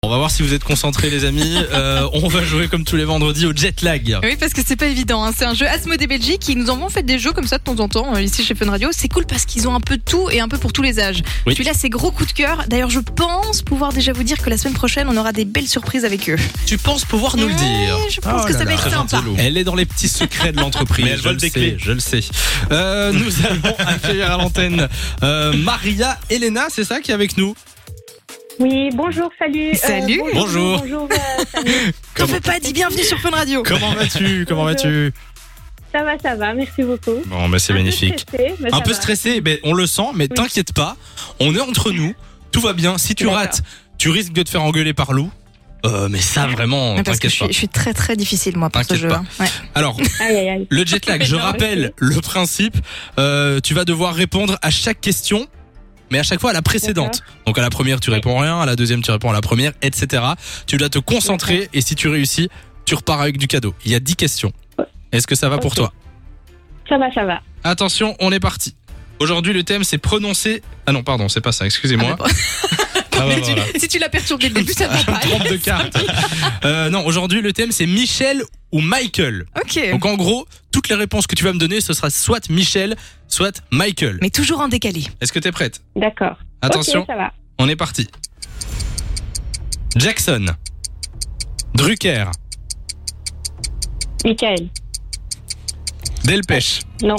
On va voir si vous êtes concentrés les amis. On va jouer comme tous les vendredis au jet lag. Oui, parce que c'est pas évident. C'est un jeu Asmodée Belgique qui nous envoie en fait des jeux comme ça de temps en temps ici chez Fun Radio. C'est cool parce qu'ils ont un peu de tout et un peu pour tous les âges. Oui. Celui-là, c'est gros coup de cœur. D'ailleurs, je pense pouvoir déjà vous dire que la semaine prochaine, on aura des belles surprises avec eux. Tu penses pouvoir nous le dire? Je pense que ça va être sympa. Elle est dans les petits secrets de l'entreprise. Mais elle vole des clés. Je le sais. Nous allons accueillir à l'antenne Maria Elena, c'est ça qui est avec nous? Oui, bonjour, salut. Salut. Bonjour. Bonjour, salut. T'en fais pas, dis bienvenue sur Fun Radio. Comment vas-tu? Ça va, merci beaucoup. Bon, bah c'est magnifique. Stressé, mais Un ça peu va. stressé, mais on le sent, mais t'inquiète pas, on est entre nous, tout va bien. Si tu D'accord. rates, tu risques de te faire engueuler par Lou. Mais ça vraiment, Parce que t'inquiète pas. je suis très très difficile moi pour ce T'inquiète jeu. pas. Ouais. Alors, Aïe. le jet lag, je rappelle le principe. Tu vas devoir répondre à chaque question, mais à chaque fois à la précédente. Donc à la première, tu réponds rien, à la deuxième, tu réponds à la première, etc. Tu dois te concentrer et si tu réussis, tu repars avec du cadeau. Il y a 10 questions. Est-ce que ça va pour Ok. toi? Ça va. Attention, on est parti. Aujourd'hui, le thème, c'est prononcer... Ah non, pardon, c'est pas ça, excusez-moi. Ah, Mais voilà. si tu l'as perturbé dès le début, ça ne va pas. Trompe de carte. Non, aujourd'hui, le thème, c'est Michel ou Michael. Ok. Donc en gros, toutes les réponses que tu vas me donner, ce sera soit Michel, soit Michael. Mais toujours en décalé. Est-ce que t'es prête? D'accord. Attention, Ok, ça va. on est parti. Jackson, Drucker, Michael. Delpech, Non.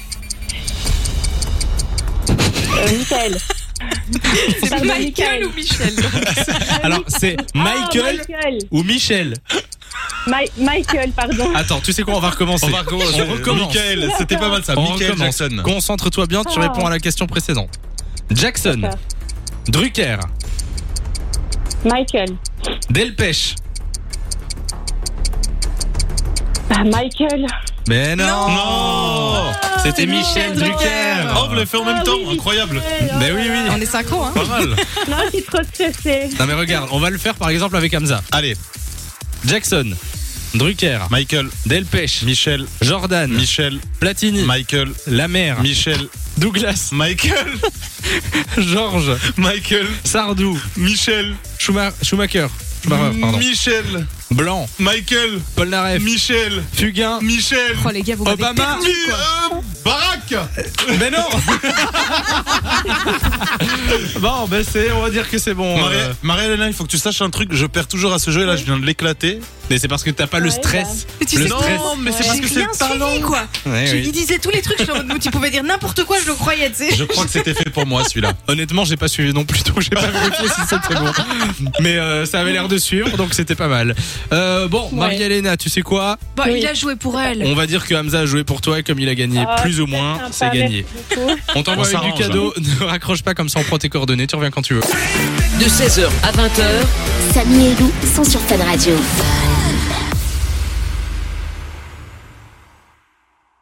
Michael. C'est Pardon, Michael ou Michel? alors c'est Michael Michael. ou Michel? Michael, pardon. Attends, tu sais quoi, on va recommencer. On recommence. Michael, c'était pas mal ça. On Michael recommence. Jackson. Concentre-toi bien, tu réponds à la question précédente. Jackson, D'accord. Drucker, Michael. Delpech. Michael. Mais non, C'était c'est Michel Michel Drucker. Oh, vous l'avez fait en même temps, oui, incroyable. Mais oui. On est synchro, hein. Pas mal. Non, je suis trop stressée. Non mais regarde, on va le faire par exemple avec Hamza. Allez, Jackson, Drucker, Michael, Delpech, Michel, Jordan, Michel, Platini, Michael, La Mer, Michel, Douglas, Michael, Georges, Michael, Sardou, Michel, Schumacher, pardon, Michel, Blanc, Michael, Polnareff, Michel, Fugain, Michel, Oh les gars, vous m'avez Obama. perdu, quoi. Barack. mais non. Bon, ben on va dire que c'est bon. Marie-Hélène, il faut que tu saches un truc, je perds toujours à ce jeu et là je viens de l'éclater. Mais c'est parce que t'as pas le Ouais, stress. Mais tu Le sais stress. Non, mais c'est parce J'ai que c'est rien le talent. suivi, quoi. Ouais, oui. Il disait tous les trucs, je suis en mode, tu pouvais dire n'importe quoi, je le croyais, tu sais. Je crois que c'était fait pour moi celui-là. Honnêtement, j'ai pas suivi non plus, donc j'ai pas vérifié si c'était bon. Mais ça avait l'air de suivre, donc c'était pas mal. Bon, Marie-Hélène, tu sais quoi? Bon, Oui. il a joué pour elle. On va dire que Hamza a joué pour toi et comme il a gagné plus ou moins, Sympa, c'est gagné. merci beaucoup. On t'envoie On avec du s'arrange, cadeau, ne raccroche pas comme ça on prend tes coordonnées, tu reviens quand tu veux. De 16h à 20h, Samy et Lou sont sur Fun Radio.